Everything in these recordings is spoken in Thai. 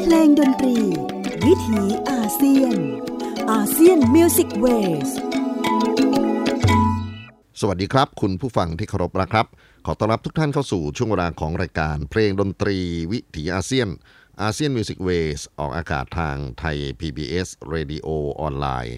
เพลงดนตรีวิถีอาเซียนอาเซียนมิวสิกเวสสวัสดีครับคุณผู้ฟังที่เคารพนะครับขอต้อนรับทุกท่านเข้าสู่ช่วงเวลาของรายการเพลงดนตรีวิถีอาเซียนอาเซียนมิวสิกเวสออกอากาศทางไทย PBS Radio ออนไลน์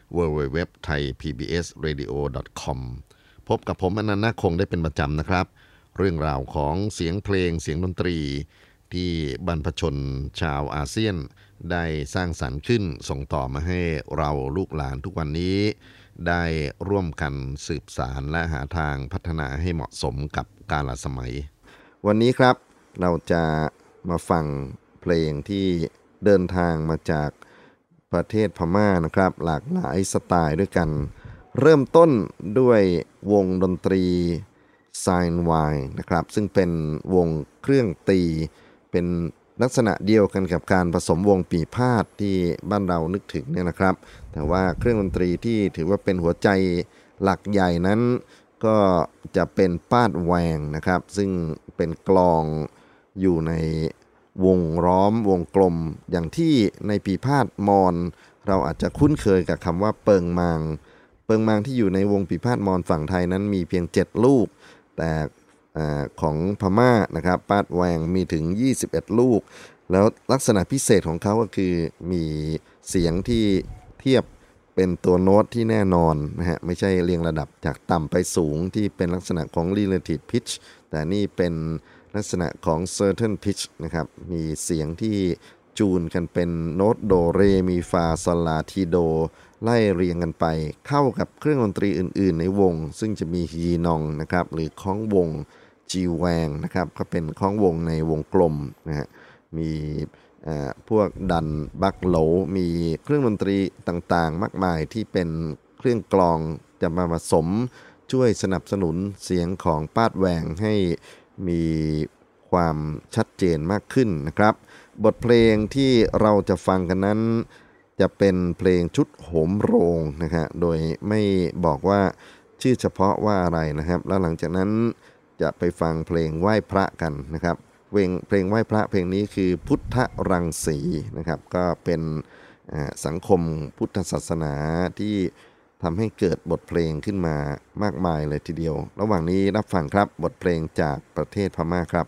www.thaipbsradio.com พบกับผมอนันต์ นาคคงได้เป็นประจำนะครับเรื่องราวของเสียงเพลงเสียงดนตรีที่บรรพชนชาวอาเซียนได้สร้างสรรค์ขึ้นส่งต่อมาให้เราลูกหลานทุกวันนี้ได้ร่วมกันสืบสานและหาทางพัฒนาให้เหมาะสมกับกาลสมัยวันนี้ครับเราจะมาฟังเพลงที่เดินทางมาจากประเทศพม่านะครับหลากหลายสไตล์ด้วยกันเริ่มต้นด้วยวงดนตรีไซน์ไวน์นะครับซึ่งเป็นวงเครื่องตีเป็นลักษณะเดียวกันกับการผสมวงปีพาทย์ที่บ้านเรานึกถึงเนี่ยนะครับแต่ว่าเครื่องดนตรีที่ถือว่าเป็นหัวใจหลักใหญ่นั้นก็จะเป็นปาดแหวงนะครับซึ่งเป็นกลองอยู่ในวงล้อมวงกลมอย่างที่ในปีพาทย์มอญเราอาจจะคุ้นเคยกับคำว่าเปิงมางที่อยู่ในวงปีพาทย์มอญฝั่งไทยนั้นมีเพียง7ลูกแต่ของพม่านะครับปาดแหวงมีถึง21ลูกแล้วลักษณะพิเศษของเขาก็คือมีเสียงที่เทียบเป็นตัวโน้ตที่แน่นอนนะฮะไม่ใช่เรียงระดับจากต่ำไปสูงที่เป็นลักษณะของ relative pitch แต่นี่เป็นลักษณะของ certain pitch นะครับมีเสียงที่จูนกันเป็นโน้ตโดเรมีฟาซอลลาทีโดไล่เรียงกันไปเข้ากับเครื่องดนตรีอื่นๆในวงซึ่งจะมีฮีนองนะครับหรือค้องวงจีแวงนะครับก็เป็นค้องวงในวงกลมนะฮะมีพวกดันบักโหลมีเครื่องดนตรีต่างๆมากมายที่เป็นเครื่องกลองจะมาผสมช่วยสนับสนุนเสียงของปาดแหวงให้มีความชัดเจนมากขึ้นนะครับบทเพลงที่เราจะฟังกันนั้นจะเป็นเพลงชุดโหมโรงนะครับโดยไม่บอกว่าชื่อเฉพาะว่าอะไรนะครับแล้วหลังจากนั้นจะไปฟังเพลงไหว้พระกันนะครับเพลงไหว้พระเพลงนี้คือพุทธรังสีนะครับก็เป็นสังคมพุทธศาสนาที่ทำให้เกิดบทเพลงขึ้นมามากมายเลยทีเดียวระหว่างนี้รับฟังครับบทเพลงจากประเทศพม่าครับ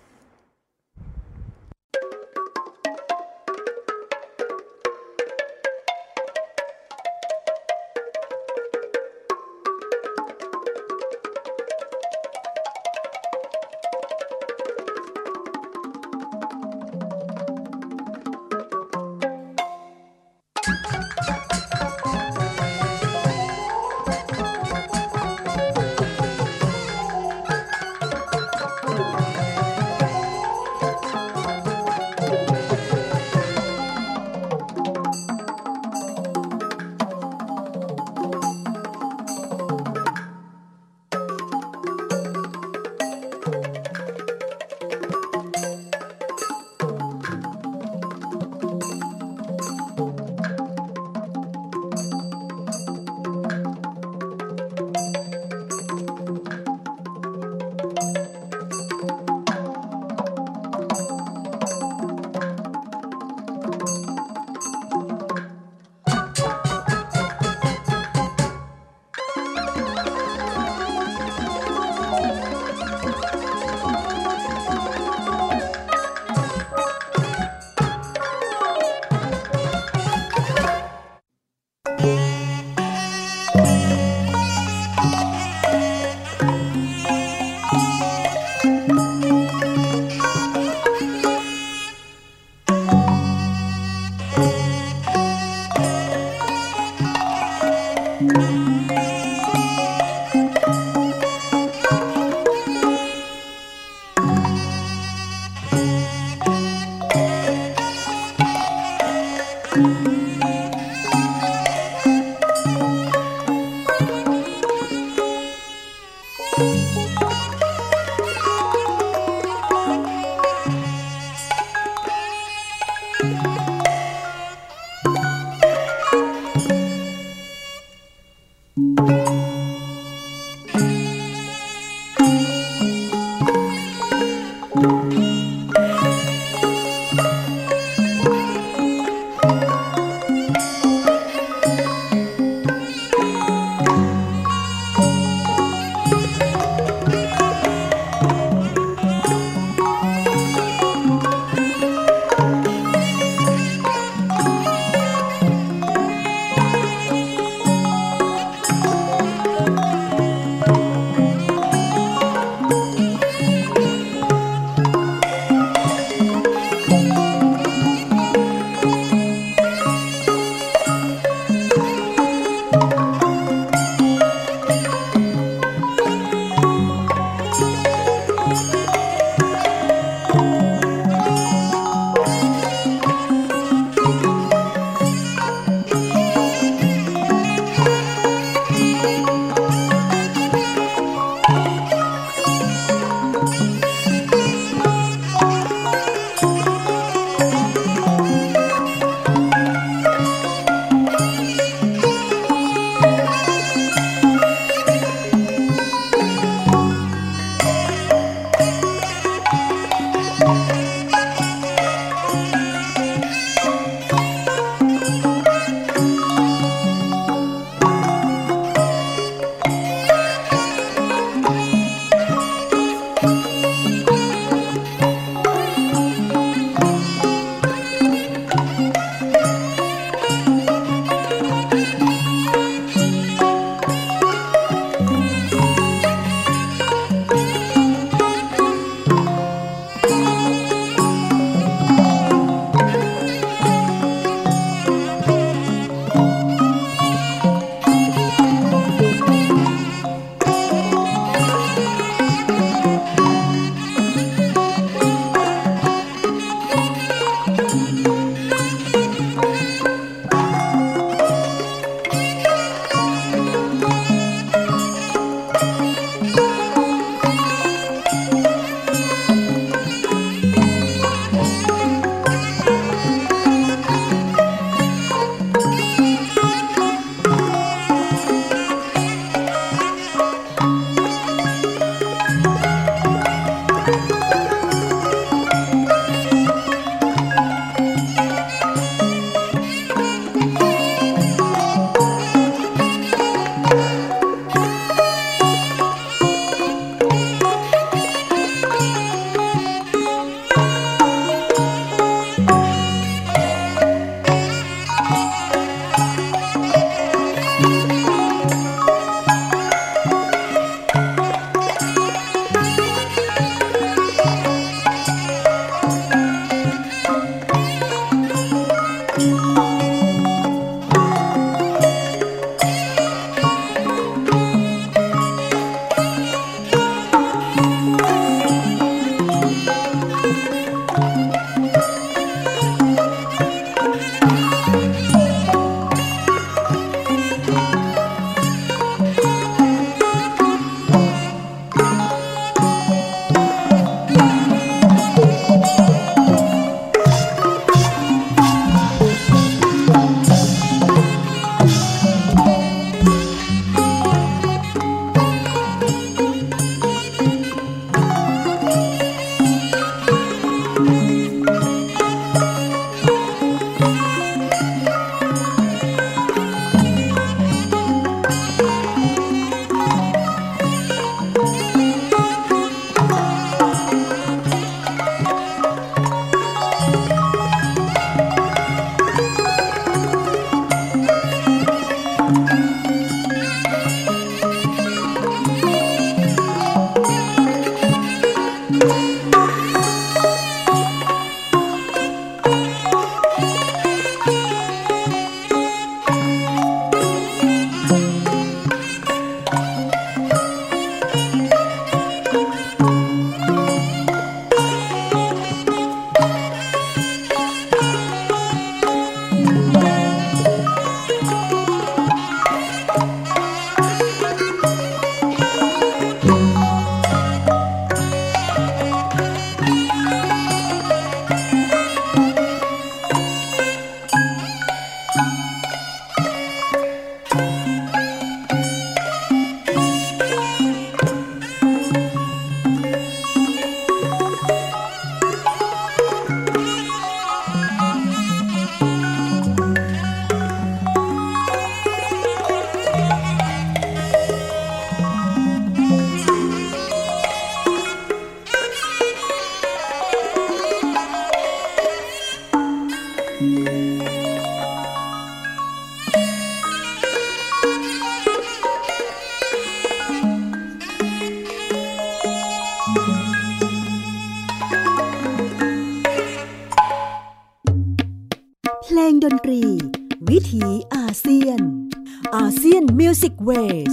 ลงดนตรีวิถีอาเซียนอาเซียนมิวสิกเวส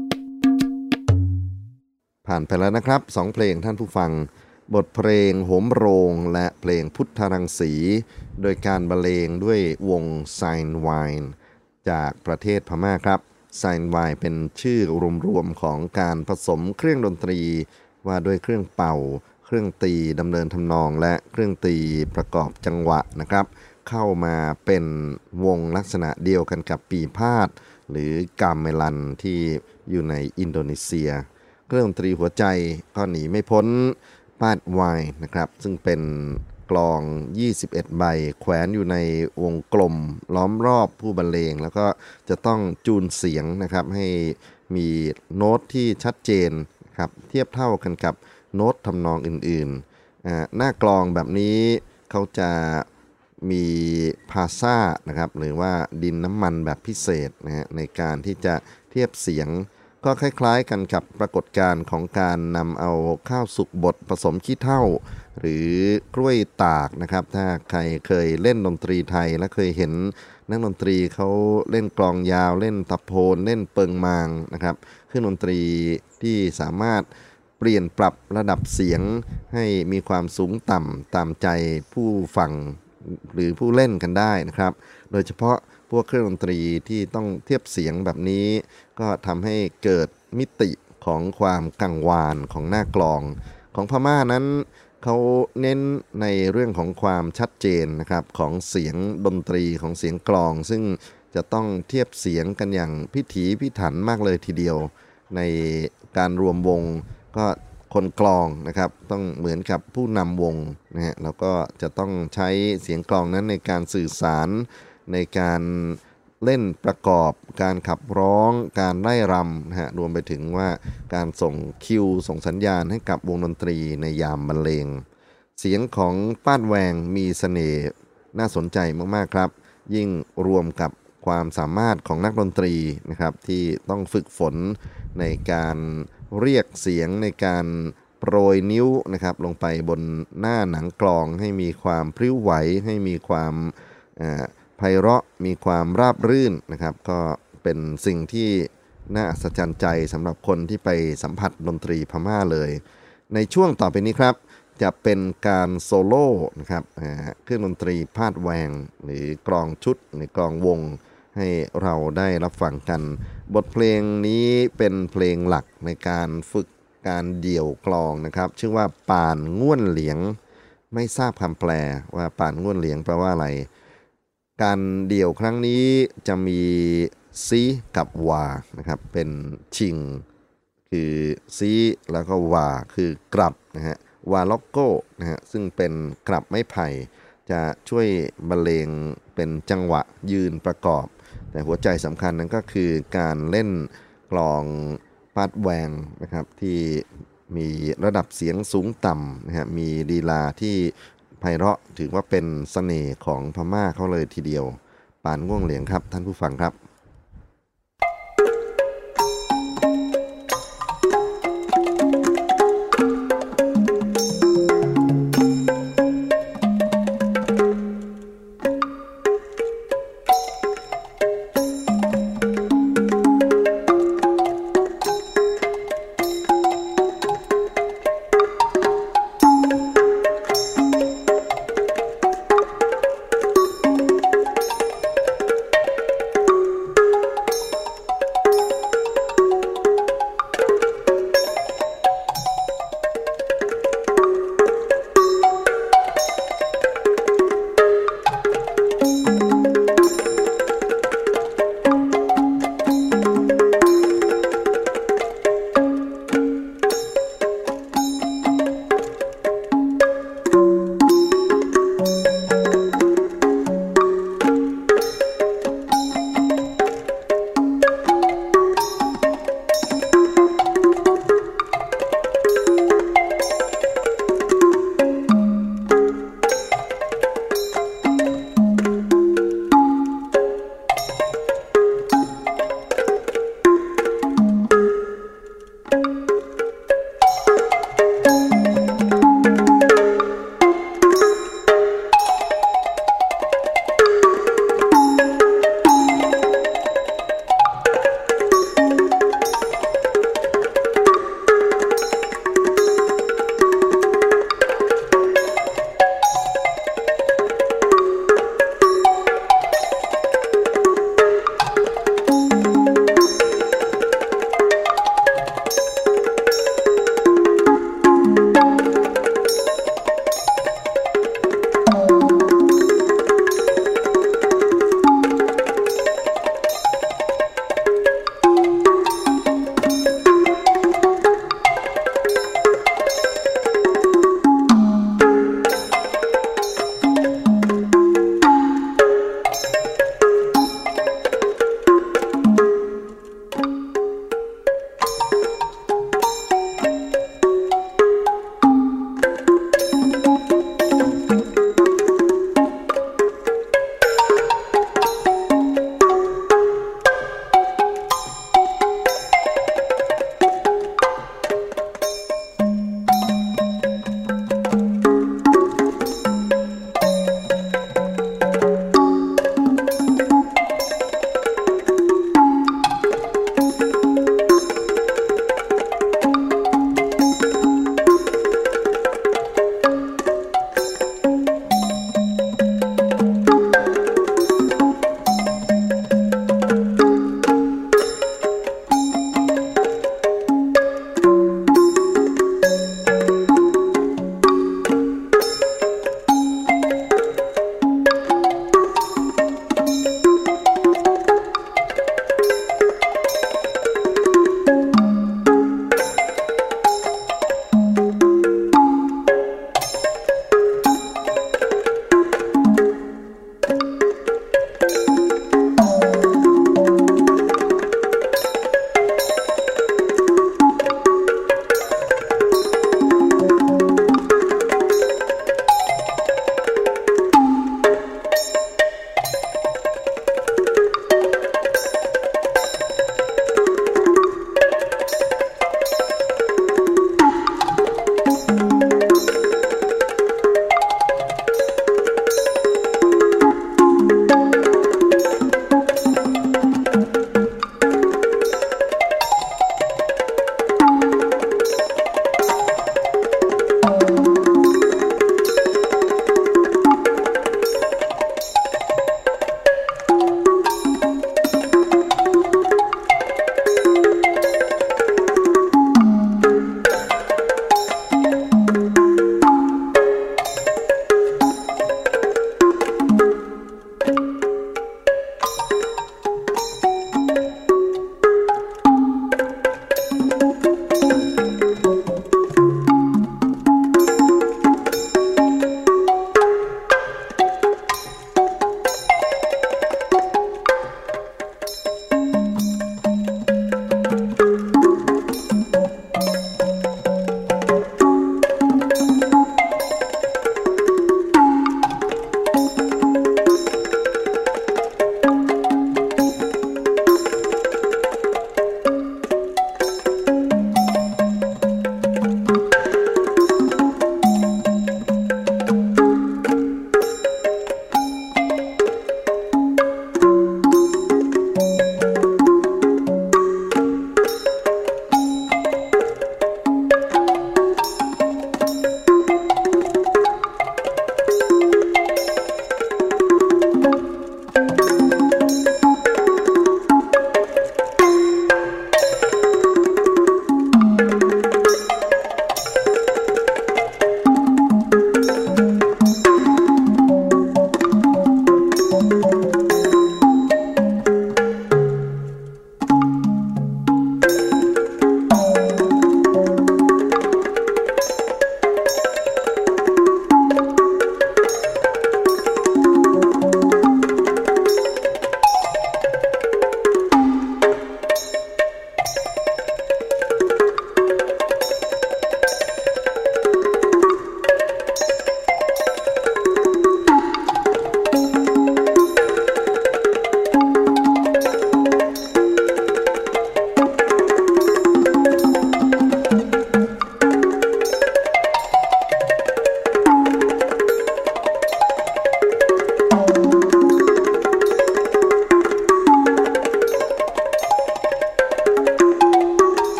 ผ่านไปแล้วนะครับ2เพลงท่านผู้ฟังบทเพลงโหมโรงและเพลงพุทธรังสีโดยการบรรเลงด้วยวงไซน์ไวน์จากประเทศพม่าครับไซน์ไวน์เป็นชื่อรวมๆของการผสมเครื่องดนตรีว่าด้วยเครื่องเป่าเครื่องตีดำเนินทำนองและเครื่องตีประกอบจังหวะนะครับเข้ามาเป็นวงลักษณะเดียวกันกับปีพาดหรือกามเมลันที่อยู่ในอินโดนีเซียเครื่องดนตรีหัวใจก็หนีไม่พ้นปาดไวน์นะครับซึ่งเป็นกลอง21ใบแขวนอยู่ในวงกลมล้อมรอบผู้บรรเลงแล้วก็จะต้องจูนเสียงนะครับให้มีโน้ตที่ชัดเจนครับเทียบเท่ากันกับโน้ตทำนองอื่นๆหน้ากลองแบบนี้เขาจะมีพาซ่านะครับหรือว่าดินน้ำมันแบบพิเศษนะฮะในการที่จะเทียบเสียงก็คล้ายๆกันกับปรากฏการณ์ของการนำเอาข้าวสุกบดผสมขี้เถ้าหรือกล้วยตากนะครับถ้าใครเคยเล่นดนตรีไทยและเคยเห็นนักดนตรีเขาเล่นกลองยาวเล่นตะโพนเล่นเปิงมางนะครับเครื่องดนตรีที่สามารถเปลี่ยนปรับระดับเสียงให้มีความสูงต่ำตามใจผู้ฟังหรือผู้เล่นกันได้นะครับโดยเฉพาะพวกเครื่องดนตรีที่ต้องเทียบเสียงแบบนี้ก็ทำให้เกิดมิติของความกังวานของหน้ากลองของพม่านั้นเขาเน้นในเรื่องของความชัดเจนนะครับของเสียงดนตรีของเสียงกลองซึ่งจะต้องเทียบเสียงกันอย่างพิถีพิถันมากเลยทีเดียวในการรวมวงก็คนกลองนะครับต้องเหมือนกับผู้นำวงนะฮะแล้วก็จะต้องใช้เสียงกลองนั้นในการสื่อสารในการเล่นประกอบการขับร้องการไล่รำนะฮะรวมไปถึงว่าการส่งคิวส่งสัญญาณให้กับวงดนตรีในยามบรรเลงเสียงของป้านแวงมีเสน่ห์น่าสนใจมากๆครับยิ่งรวมกับความสามารถของนักดนตรีนะครับที่ต้องฝึกฝนในการเรียกเสียงในการโปรยนิ้วนะครับลงไปบนหน้าหนังกลองให้มีความพริ้วไหวให้มีความไพเราะมีความราบรื่นนะครับก็เป็นสิ่งที่น่าอัศจรรย์ใจสำหรับคนที่ไปสัมผัสดนตรีพม่าเลยในช่วงต่อไปนี้ครับจะเป็นการโซโล่นะครับเครื่องดนตรีพาดแวงหรือกลองชุดหรือกลองวงให้เราได้รับฟังกันบทเพลงนี้เป็นเพลงหลักในการฝึกการเดี่ยวกลองนะครับชื่อว่าป่านง่วนเหลียงไม่ทราบคำแปลว่าป่านง่วนเหลียงแปลว่าอะไรการเดี่ยวครั้งนี้จะมีซีกับวานะครับเป็นชิงคือซีแล้วก็วาคือกลับนะฮะวาล็อกโก้นะฮะซึ่งเป็นกลับไม้ไผ่จะช่วยบรรเลงเป็นจังหวะยืนประกอบแต่หัวใจสำคัญนั้นก็คือการเล่นกลองปาดแวงนะครับที่มีระดับเสียงสูงต่ำนะฮะมีลีลาที่ไพเราะถือว่าเป็นเสน่ห์ของพม่าเขาเลยทีเดียวป่านง่วงเหลียงครับท่านผู้ฟังครับ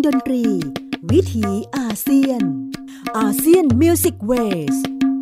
ดนตรีวิถีอาเซียนอาเซียนมิวสิกเวส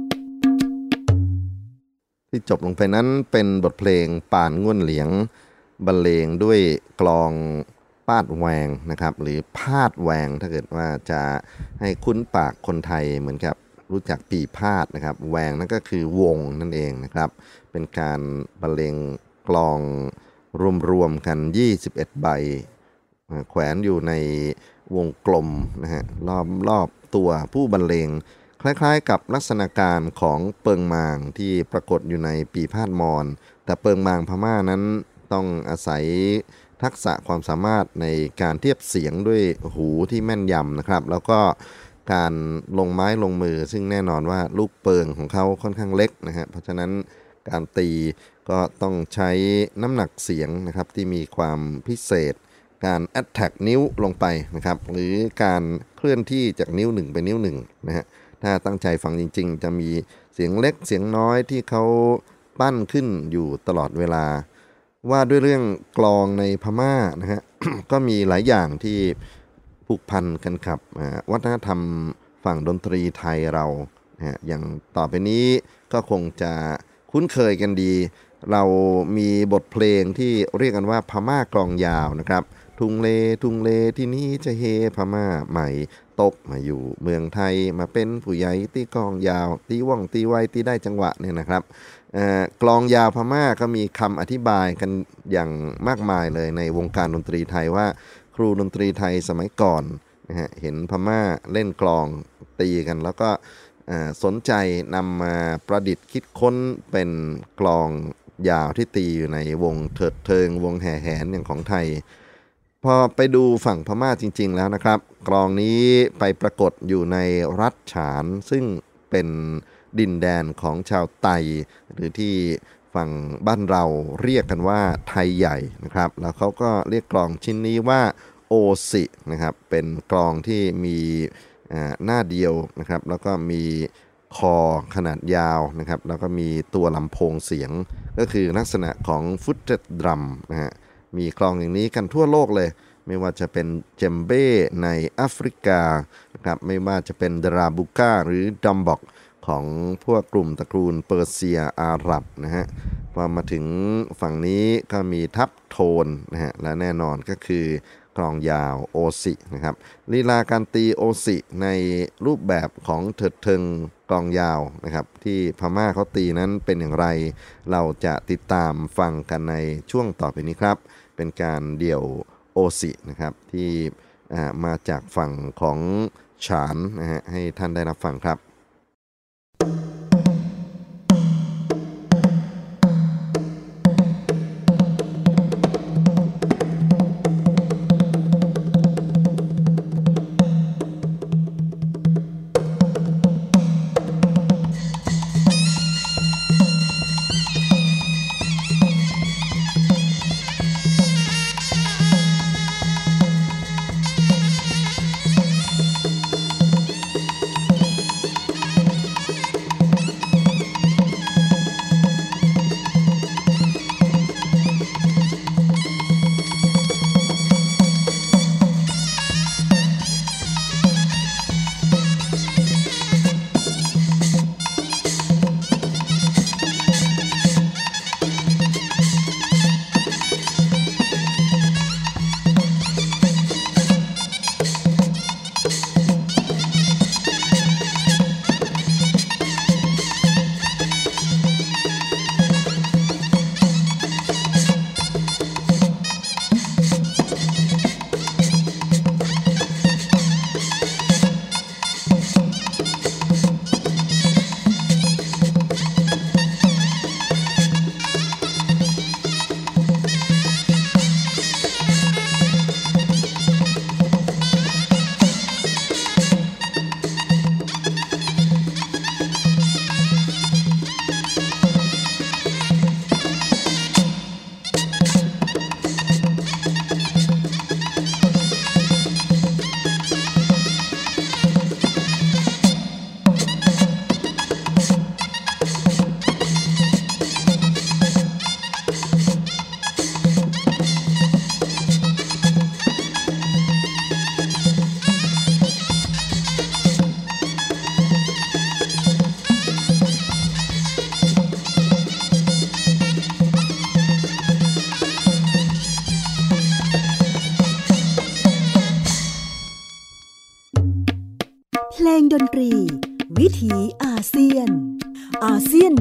ที่จบลงไปนั้นเป็นบทเพลงป่านง่วนเหลียงบรรเลงด้วยกลองปาดแวงนะครับหรือพาดแวงถ้าเกิดว่าจะให้คุ้นปากคนไทยเหมือนกับรู้จักปีพาดนะครับแวงนั่นก็คือวงนั่นเองนะครับเป็นการบรรเลงกลองรวมๆกัน21ใบแขวนอยู่ในวงกลมนะฮะรอบตัวผู้บรรเลงคล้ายๆกับลักษณะการของเปิงมางที่ปรากฏอยู่ในปีพาดมอญแต่เปิงมางพม่านั้นต้องอาศัยทักษะความสามารถในการเทียบเสียงด้วยหูที่แม่นยำนะครับแล้วก็การลงไม้ลงมือซึ่งแน่นอนว่าลูกเปิงของเขาค่อนข้างเล็กนะฮะเพราะฉะนั้นการตีก็ต้องใช้น้ำหนักเสียงนะครับที่มีความพิเศษการแอตแทกนิ้วลงไปนะครับหรือการเคลื่อนที่จากนิ้วหนึ่งไปนิ้วหนึ่งนะฮะถ้าตั้งใจฟังจริงๆจะมีเสียงเล็กเสียงน้อยที่เขาปั้นขึ้นอยู่ตลอดเวลาว่าด้วยเรื่องกลองในพม่านะฮะ ก็มีหลายอย่างที่ผูกพันกันกับวัฒนธรรมฝั่งดนตรีไทยเรานะฮะอย่างต่อไปนี้ก็คงจะคุ้นเคยกันดีเรามีบทเพลงที่เรียกกันว่าพม่ากลองยาวนะครับทุงเลที่นี้จะเฮพม่าใหม่ตกมาอยู่เมืองไทยมาเป็นผู้ใหญ่ตีกลองยาวตีว่องตีไวตีได้จังหวะเนี่ยนะครับกลองยาวพม่าก็มีคำอธิบายกันอย่างมากมายเลยในวงการดนตรีไทยว่าครูดนตรีไทยสมัยก่อนนะฮะเห็นพม่าเล่นกลองตีกันแล้วก็สนใจนำมาประดิษฐ์คิดค้นเป็นกลองยาวที่ตีอยู่ในวงเถิดเทิงวงแห่แหนอย่างของไทยพอไปดูฝั่งพม่าจริงๆแล้วนะครับกลองนี้ไปปรากฏอยู่ในรัฐฉานซึ่งเป็นดินแดนของชาวไตหรือที่ฝั่งบ้านเราเรียกกันว่าไทยใหญ่นะครับแล้วเขาก็เรียกกลองชิ้นนี้ว่าโอซินะครับเป็นกลองที่มีหน้าเดียวนะครับแล้วก็มีคอขนาดยาวนะครับแล้วก็มีตัวลำโพงเสียงก็คือลักษณะของฟุตเจ็ตดรัมนะฮะมีกลองอย่างนี้กันทั่วโลกเลยไม่ว่าจะเป็นเจมเบ้ในแอฟริกานะครับไม่ว่าจะเป็นดราบูก้าหรือดัมบ็อกของพวกกลุ่มตระกูลเปอร์เซียอาหรับนะฮะพอมาถึงฝั่งนี้ก็มีทับโทนนะฮะและแน่นอนก็คือกลองยาวโอซินะครับลีลาการตีโอซิในรูปแบบของเถิดเทิงกลองยาวนะครับที่พม่าเขาตีนั้นเป็นอย่างไรเราจะติดตามฟังกันในช่วงต่อไปนี้ครับเป็นการเดี่ยวโอซินะครับที่มาจากฝั่งของฉานนะฮะให้ท่านได้รับฟังครับ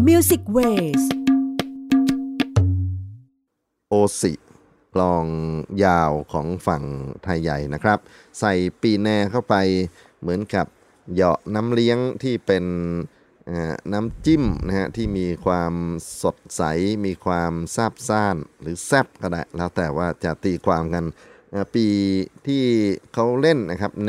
Music Ways โอซิกลองยาวของฝั่งไทยใหญ่นะครับใส่ปีแน่เข้าไปเหมือนกับเหยาะน้ำเลี้ยงที่เป็นน้ำจิ้มนะฮะที่มีความสดใสมีความซาบซ่านหรือแซบก็ได้แล้วแต่ว่าจะตีความกันปีที่เขาเล่นนะครับแน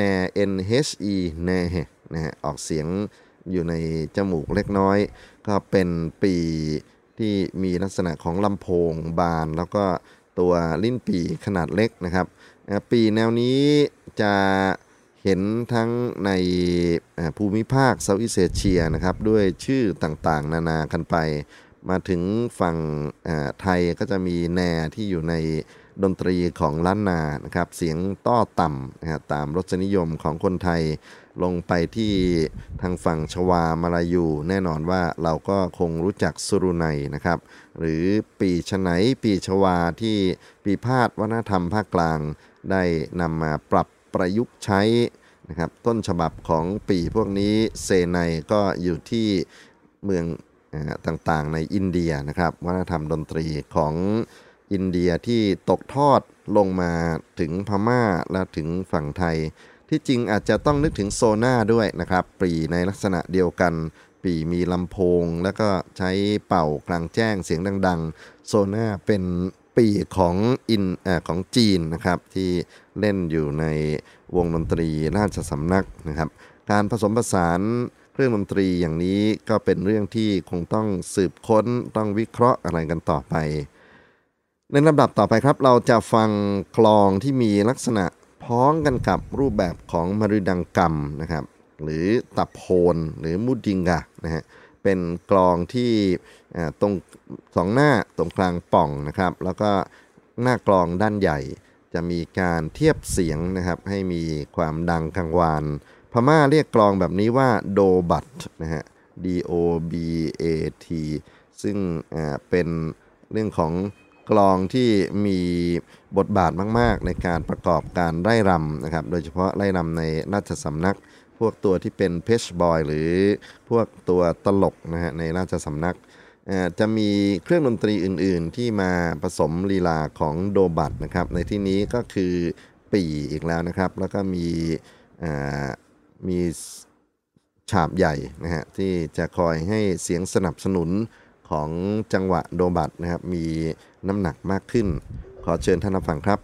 NHE แนนะฮะออกเสียงอยู่ในจมูกเล็กน้อยก็เป็นปีที่มีลักษณะของลำโพงบานแล้วก็ตัวลิ้นปี่ขนาดเล็กนะครับปีแนวนี้จะเห็นทั้งในภูมิภาคเซาท์อีสต์เอเชียนะครับด้วยชื่อต่างๆนานากันไปมาถึงฝั่งไทยก็จะมีแนที่อยู่ในดนตรีของล้านนานะครับเสียงต้อต่ำนะครับตามรสนิยมของคนไทยลงไปที่ทางฝั่งชวามาลายูแน่นอนว่าเราก็คงรู้จักสุรุนัยนะครับหรือปีชะไหนปีชวาที่ปีพาทวัฒนธรรมภาคกลางได้นำมาปรับประยุกต์ใช้นะครับต้นฉบับของปีพวกนี้เซไนก็อยู่ที่เมืองต่างๆในอินเดียนะครับวัฒนธรรมดนตรีของอินเดียที่ตกทอดลงมาถึงพม่าและถึงฝั่งไทยที่จริงอาจจะต้องนึกถึงโซน่าด้วยนะครับปีในลักษณะเดียวกันปีมีลำโพงแล้วก็ใช้เป่ากลางแจ้งเสียงดังๆโซน่าเป็นปีของจีนนะครับที่เล่นอยู่ในวงดนตรีราชสำนักนะครับการผสมผสานเครื่องดนตรีอย่างนี้ก็เป็นเรื่องที่คงต้องสืบค้นต้องวิเคราะห์อะไรกันต่อไปในลำดับต่อไปครับเราจะฟังกลองที่มีลักษณะพ้องกันกับรูปแบบของมฤดังกัมนะครับหรือตะโพนหรือมุดิงกะนะฮะเป็นกลองที่ตรงสองหน้าตรงกลางป่องนะครับแล้วก็หน้ากลองด้านใหญ่จะมีการเทียบเสียงนะครับให้มีความดังกังวานพม่าเรียกกลองแบบนี้ว่าโดบัตนะฮะ DOBAT ซึ่งเป็นเรื่องของกลองที่มีบทบาทมากๆในการประกอบการไร่รำนะครับโดยเฉพาะไร่รำในราชสำนักพวกตัวที่เป็นเพชบอยหรือพวกตัวตลกนะฮะในราชสำนักจะมีเครื่องดนตรีอื่นๆที่มาผสมลีลาของโดบัตนะครับในที่นี้ก็คือปีอีกแล้วนะครับแล้วก็มีฉาบใหญ่นะฮะที่จะคอยให้เสียงสนับสนุนของจังหวะโดบัตนะครับมีน้ำหนักมากขึ้นขอเชิญท่านรับฟังครับ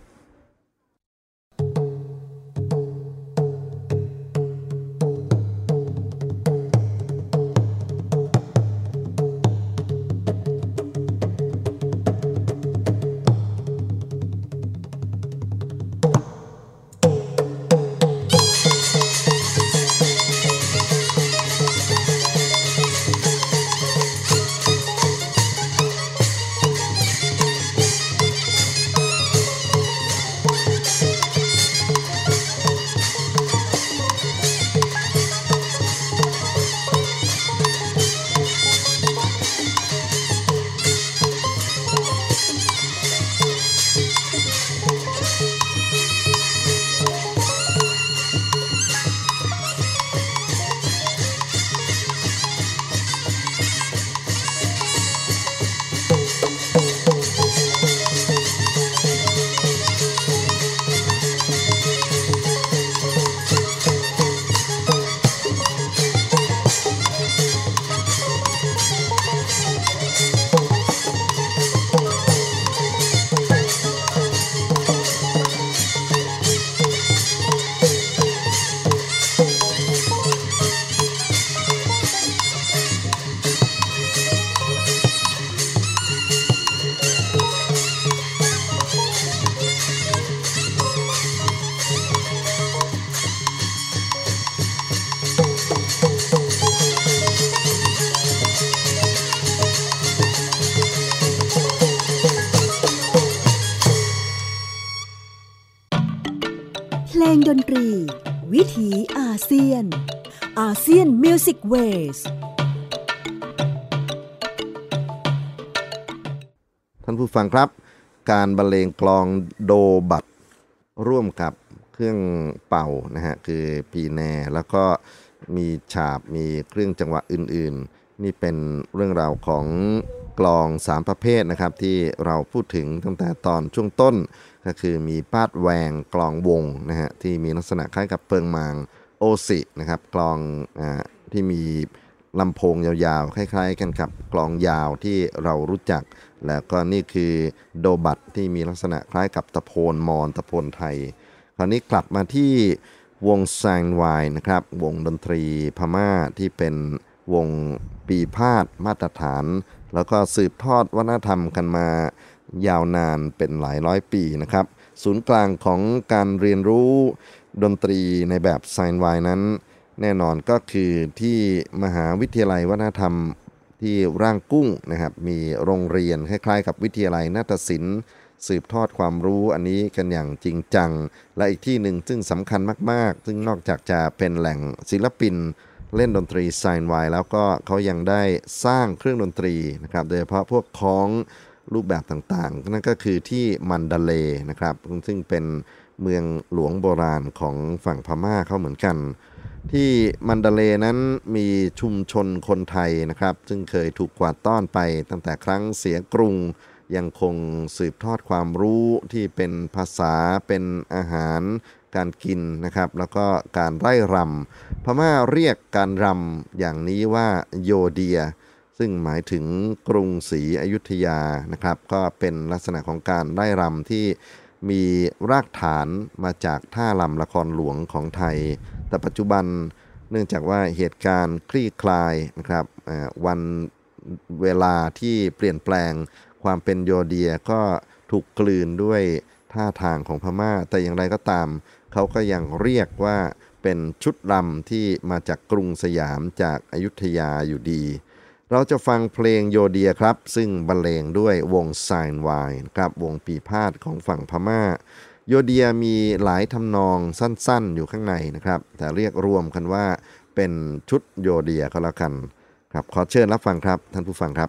เพลงดนตรีวิถีอาเซียนอาเซียนมิวสิกเวสท่านผู้ฟังครับการบรรเลงกลองโดบัตร่วมกับเครื่องเป่านะฮะคือปีแนแล้วก็มีฉาบมีเครื่องจังหวะอื่นๆนี่เป็นเรื่องราวของกลอง3ประเภทนะครับที่เราพูดถึงตั้งแต่ตอนช่วงต้นก็คือมีปาดแหวงกลองวงนะฮะที่มีลักษณะคล้ายกับเปิงมางโอซินะครับกลองที่มีลำโพงยาวๆคล้ายๆกันกับกลองยาวที่เรารู้จักแล้วก็นี่คือโดบัตที่มีลักษณะคล้ายกับตะโพนมอญตะโพนไทยคราวนี้กลับมาที่วงแซงไวนะครับวงดนตรีพม่าที่เป็นวงปีพาทย์มาตรฐานแล้วก็สืบทอดวัฒนธรรมกันมายาวนานเป็นหลายร้อยปีนะครับศูนย์กลางของการเรียนรู้ดนตรีในแบบไซน์ไวนั้นแน่นอนก็คือที่มหาวิทยาลัยวัฒนธรรมที่ร่างกุ้งนะครับมีโรงเรียนคล้ายๆกับวิทยาลัยนาฏศิลป์สืบทอดความรู้อันนี้กันอย่างจริงจังและอีกที่หนึ่งซึ่งสำคัญมากๆซึ่งนอกจากจะเป็นแหล่งศิลปินเล่นดนตรีไซน์ไวแล้วก็เขายังได้สร้างเครื่องดนตรีนะครับโดยเฉพาะพวกคล้องรูปแบบต่างๆนั่นก็คือที่มันดาเลย์นะครับซึ่งเป็นเมืองหลวงโบราณของฝั่งพม่าเขาเหมือนกันที่มันดาเลย์นั้นมีชุมชนคนไทยนะครับซึ่งเคยถูกกวาดต้อนไปตั้งแต่ครั้งเสียกรุงยังคงสืบทอดความรู้ที่เป็นภาษาเป็นอาหารการกินนะครับแล้วก็การไร่รำพม่าเรียกการรำอย่างนี้ว่าโยเดียซึ่งหมายถึงกรุงศรีอยุธยานะครับก็เป็นลักษณะของการไร่รำที่มีรากฐานมาจากท่ารำละครหลวงของไทยแต่ปัจจุบันเนื่องจากว่าเหตุการณ์คลี่คลายนะครับวันเวลาที่เปลี่ยนแปลงความเป็นโยเดียก็ถูกกลืนด้วยท่าทางของพม่าแต่อย่างไรก็ตามเขาก็ยังเรียกว่าเป็นชุดรำที่มาจากกรุงสยามจากอยุธยาอยู่ดีเราจะฟังเพลงโยเดียครับซึ่งบรรเลงด้วยวงไซน์ไวครับวงปีพาทย์ของฝั่งพม่าโยเดียมีหลายทำนองสั้นๆอยู่ข้างในนะครับแต่เรียกรวมกันว่าเป็นชุดโยเดียก็แล้วกันครับขอเชิญรับฟังครับท่านผู้ฟังครับ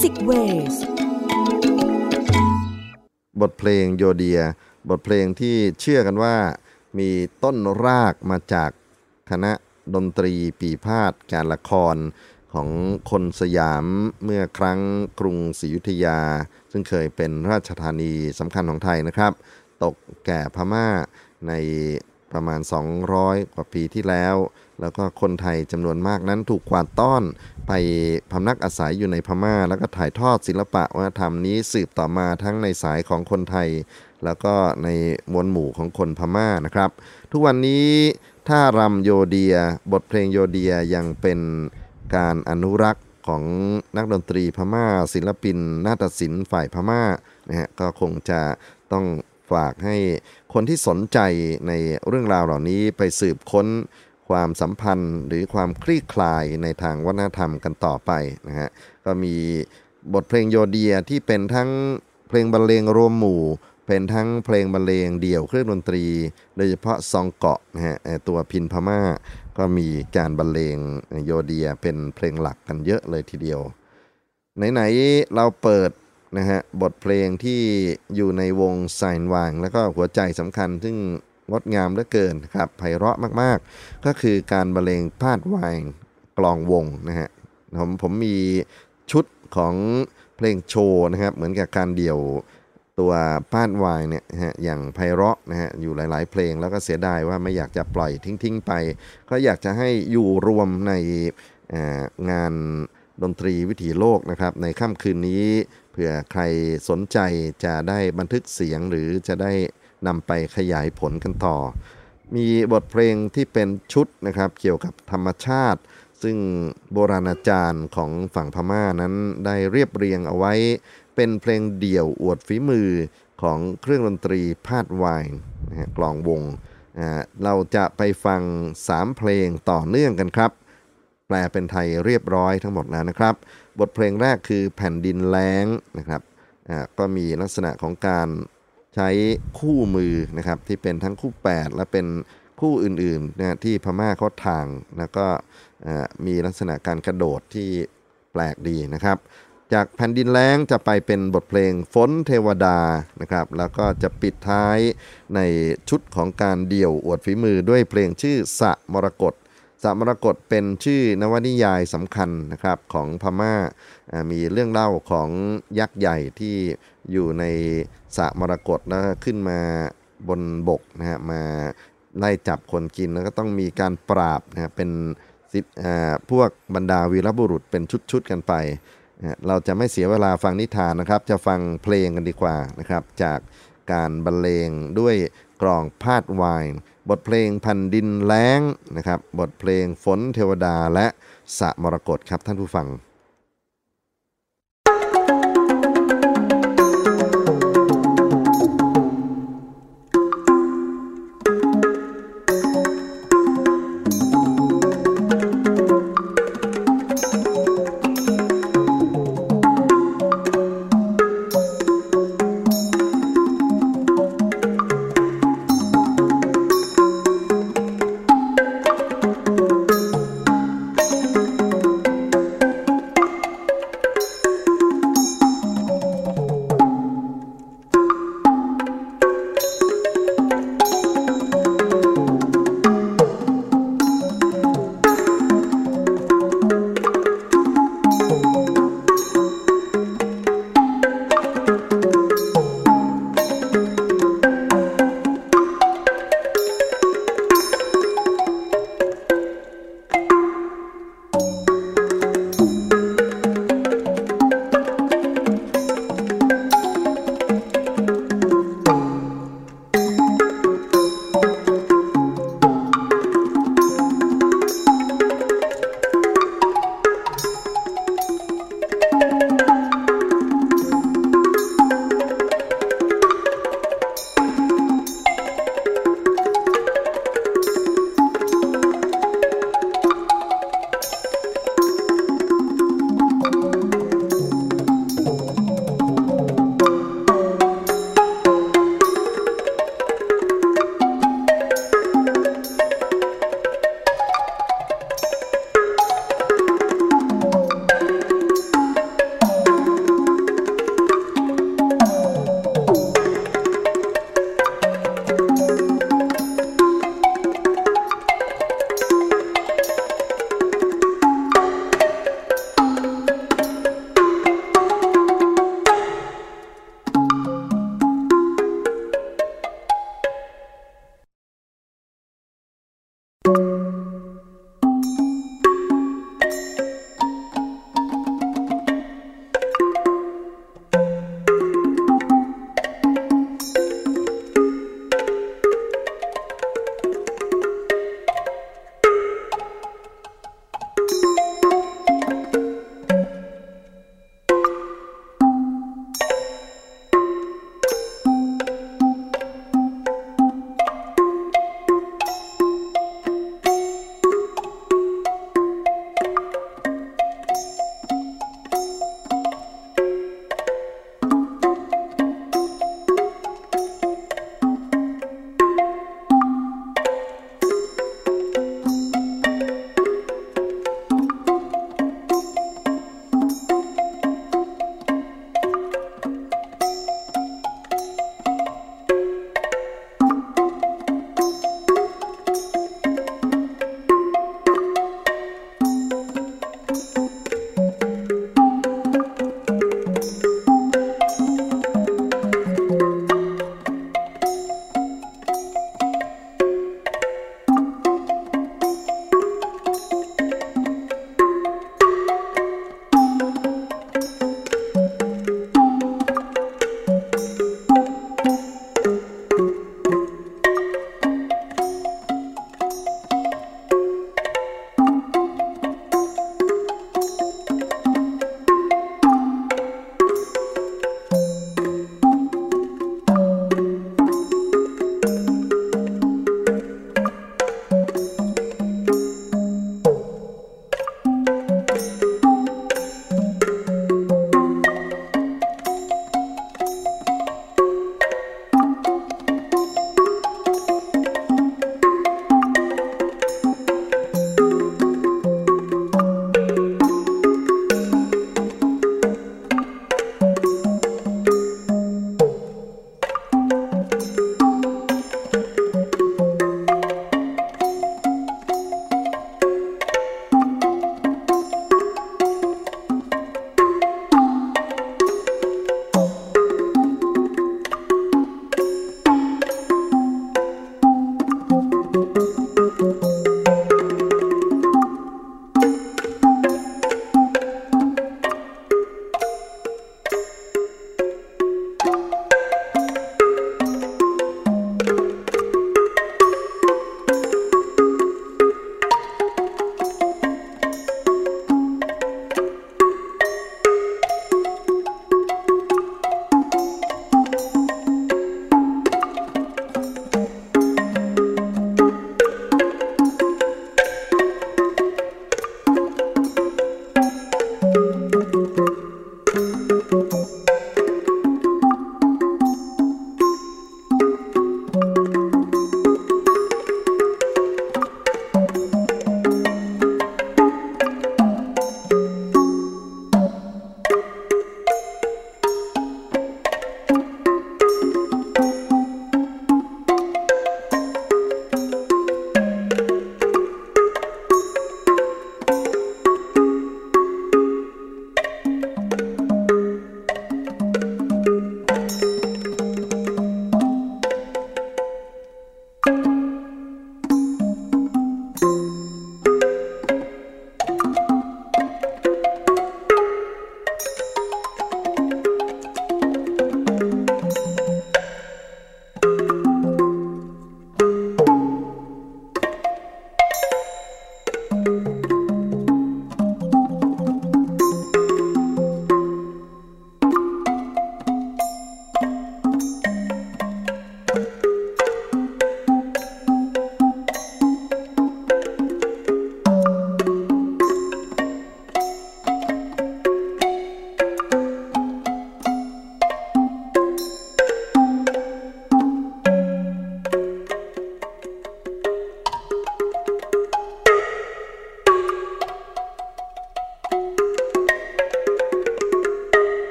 Music Waves บทเพลงโยเดียบทเพลงที่เชื่อกันว่ามีต้นรากมาจากคณะดนตรีปีพาทย์การละครของคนสยามเมื่อครั้งกรุงศรีอยุธยาซึ่งเคยเป็นราชธานีสำคัญของไทยนะครับตกแก่พม่าในประมาณ200กว่าปีที่แล้วแล้วก็คนไทยจำนวนมากนั้นถูกกวาดต้อนไปพำนักอาศัยอยู่ในพม่าแล้วก็ถ่ายทอดศิลปะวัฒนธรรมนี้สืบต่อมาทั้งในสายของคนไทยแล้วก็ในมวลหมู่ของคนพม่านะครับทุกวันนี้ท่ารำโยเดียบทเพลงโยเดียยังเป็นการอนุรักษ์ของนักดนตรีพม่าศิลปินนาฏศิลป์ฝ่ายพม่านะฮะก็คงจะต้องฝากให้คนที่สนใจในเรื่องราวเหล่านี้ไปสืบค้นความสัมพันธ์หรือความคลี่คลายในทางวัฒนธรรมกันต่อไปนะฮะก็มีบทเพลงโยเดียที่เป็นทั้งเพลงบรรเลงรวมหมู่เป็นทั้งเพลงบรรเลงเดี่ยวเครื่องดนตรีโดยเฉพาะซองเกาะนะฮะตัวพินพม่าก็มีการบรรเลงโยเดียเป็นเพลงหลักกันเยอะเลยทีเดียวไหนๆเราเปิดนะฮะบทเพลงที่อยู่ในวงไซน์วางแล้วก็หัวใจสำคัญซึ่งงดงามเหลือเกินครับไพเราะมากๆก็คือการบรรเลงพาดวายกลองวงนะฮะผมมีชุดของเพลงโชว์นะครับเหมือนกับการเดี่ยวตัวพาดวายเนี่ยฮะอย่างไพเราะนะฮะอยู่หลายๆเพลงแล้วก็เสียดายว่าไม่อยากจะปล่อยทิ้งไปก็อยากจะให้อยู่รวมในงานดนตรีวิถีโลกนะครับในค่ำคืนนี้เผื่อใครสนใจจะได้บันทึกเสียงหรือจะได้นำไปขยายผลกันต่อมีบทเพลงที่เป็นชุดนะครับเกี่ยวกับธรรมชาติซึ่งโบราณอาจารย์ของฝั่งพม่านั้นได้เรียบเรียงเอาไว้เป็นเพลงเดี่ยวอวดฝีมือของเครื่องดนตรีพาดวายนะฮะกลองวงเราจะไปฟัง3เพลงต่อเนื่องกันครับแปลเป็นไทยเรียบร้อยทั้งหมดแล้วนะครับบทเพลงแรกคือแผ่นดินแล้งนะครับก็มีลักษณะของการใช้คู่มือนะครับที่เป็นทั้งคู่8และเป็นคู่อื่นๆนะที่พม่าเขาทางแล้วก็มีลักษณะการกระโดดที่แปลกดีนะครับจากแผ่นดินแล้งจะไปเป็นบทเพลงฝนเทวดานะครับแล้วก็จะปิดท้ายในชุดของการเดี่ยวอวดฝีมือด้วยเพลงชื่อสะมรกตสะมรกตเป็นชื่อนวนิยายสำคัญนะครับของพม่ามีเรื่องเล่าของยักษ์ใหญ่ที่อยู่ในสะมรกตแล้วขึ้นมาบนบกนะฮะมาไล่จับคนกินแล้วก็ต้องมีการปราบนะเป็นพวกบรรดาวีรบุรุษเป็นชุดๆกันไปเราจะไม่เสียเวลาฟังนิทานนะครับจะฟังเพลงกันดีกว่านะครับจากการบรรเลงด้วยกลองพาดวายบทเพลงแผ่นดินแล้งนะครับบทเพลงฝนเทวดาและสะมรกตครับท่านผู้ฟัง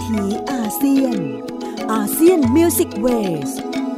ถีอาเซียนอาเซียนมิวสิกเวส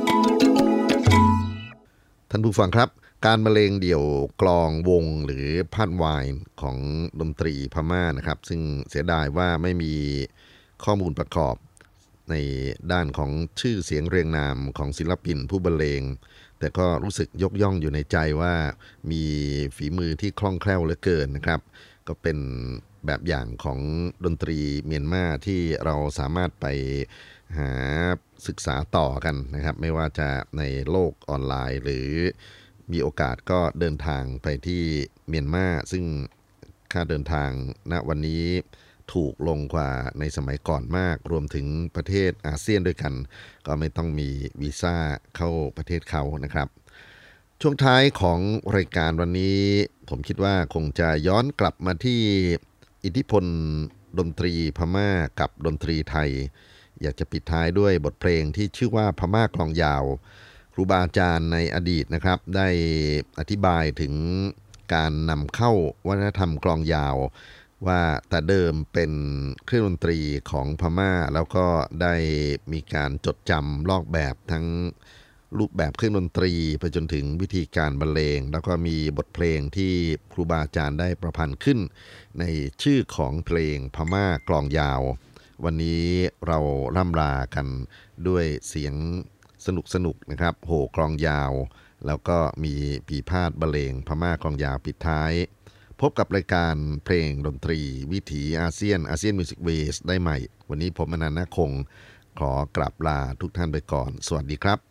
ท่านผู้ฟังครับการบรรเลงเดี่ยวกลองวงหรือพาดไวน์ของดนตรีพม่านะครับซึ่งเสียดายว่าไม่มีข้อมูลประกอบในด้านของชื่อเสียงเรียงนามของศิลปินผู้บรรเลงแต่ก็รู้สึกยกย่องอยู่ในใจว่ามีฝีมือที่คล่องแคล่วเหลือเกินนะครับก็เป็นแบบอย่างของดนตรีเมียนมาที่เราสามารถไปหาศึกษาต่อกันนะครับไม่ว่าจะในโลกออนไลน์หรือมีโอกาสก็เดินทางไปที่เมียนมาซึ่งค่าเดินทางณวันนี้ถูกลงกว่าในสมัยก่อนมากรวมถึงประเทศอาเซียนด้วยกันก็ไม่ต้องมีวีซ่าเข้าประเทศเขานะครับช่วงท้ายของรายการวันนี้ผมคิดว่าคงจะย้อนกลับมาที่อิทธิพลดนตรีพม่ากับดนตรีไทยอยากจะปิดท้ายด้วยบทเพลงที่ชื่อว่าพม่ากลองยาวครูบาอาจารย์ในอดีตนะครับได้อธิบายถึงการนำเข้าวัฒนธรรมกลองยาวว่าแต่เดิมเป็นเครื่องดนตรีของพม่าแล้วก็ได้มีการจดจำลอกแบบทั้งรูปแบบเครื่องดนตรีไปจนถึงวิธีการบรรเลงแล้วก็มีบทเพลงที่ครูบาอาจารย์ได้ประพันธ์ขึ้นในชื่อของเพลงพม่ากลองยาววันนี้เราร่ำลากันด้วยเสียงสนุกนะครับโห่กลองยาวแล้วก็มีปีพาทบรรเลงพม่ากลองยาวปิดท้ายพบกับรายการเพลงดนตรีวิถีอาเซียนมิวสิกเวสได้ใหม่วันนี้ผมอนันต์ ณ คงขอกราบลาทุกท่านไปก่อนสวัสดีครับ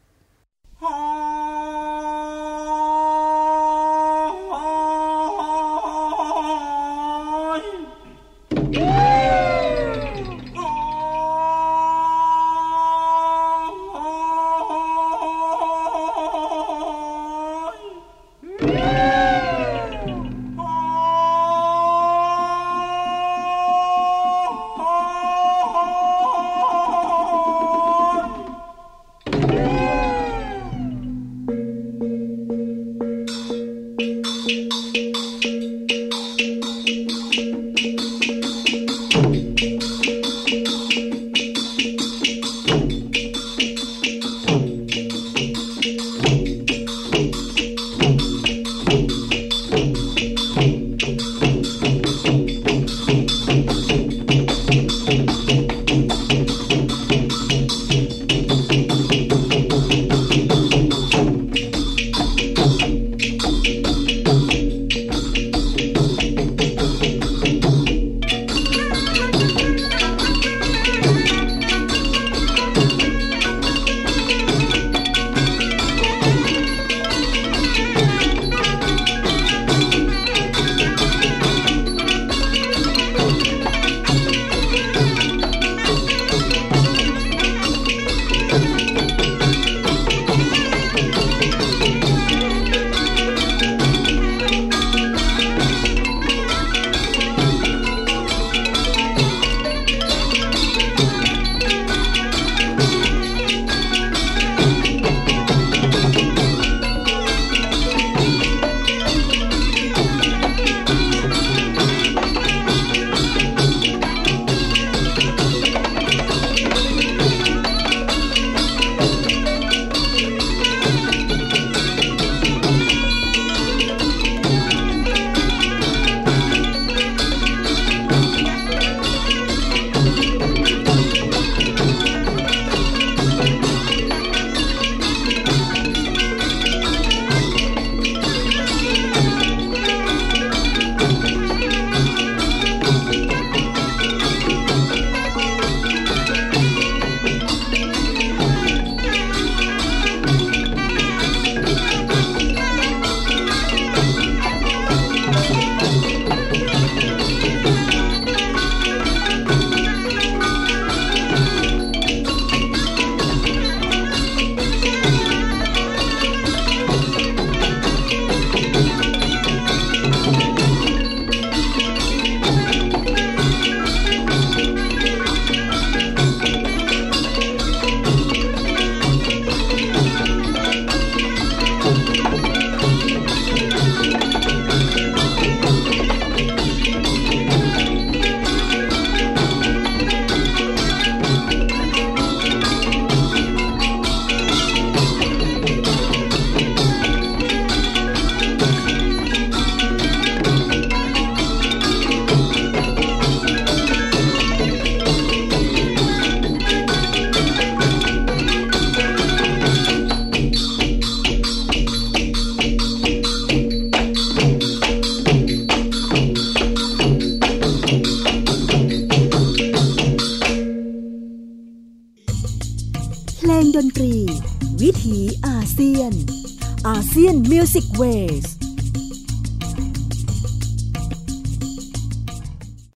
นตรีวิถีอาเซียนอาเซียนมิวสิกเวส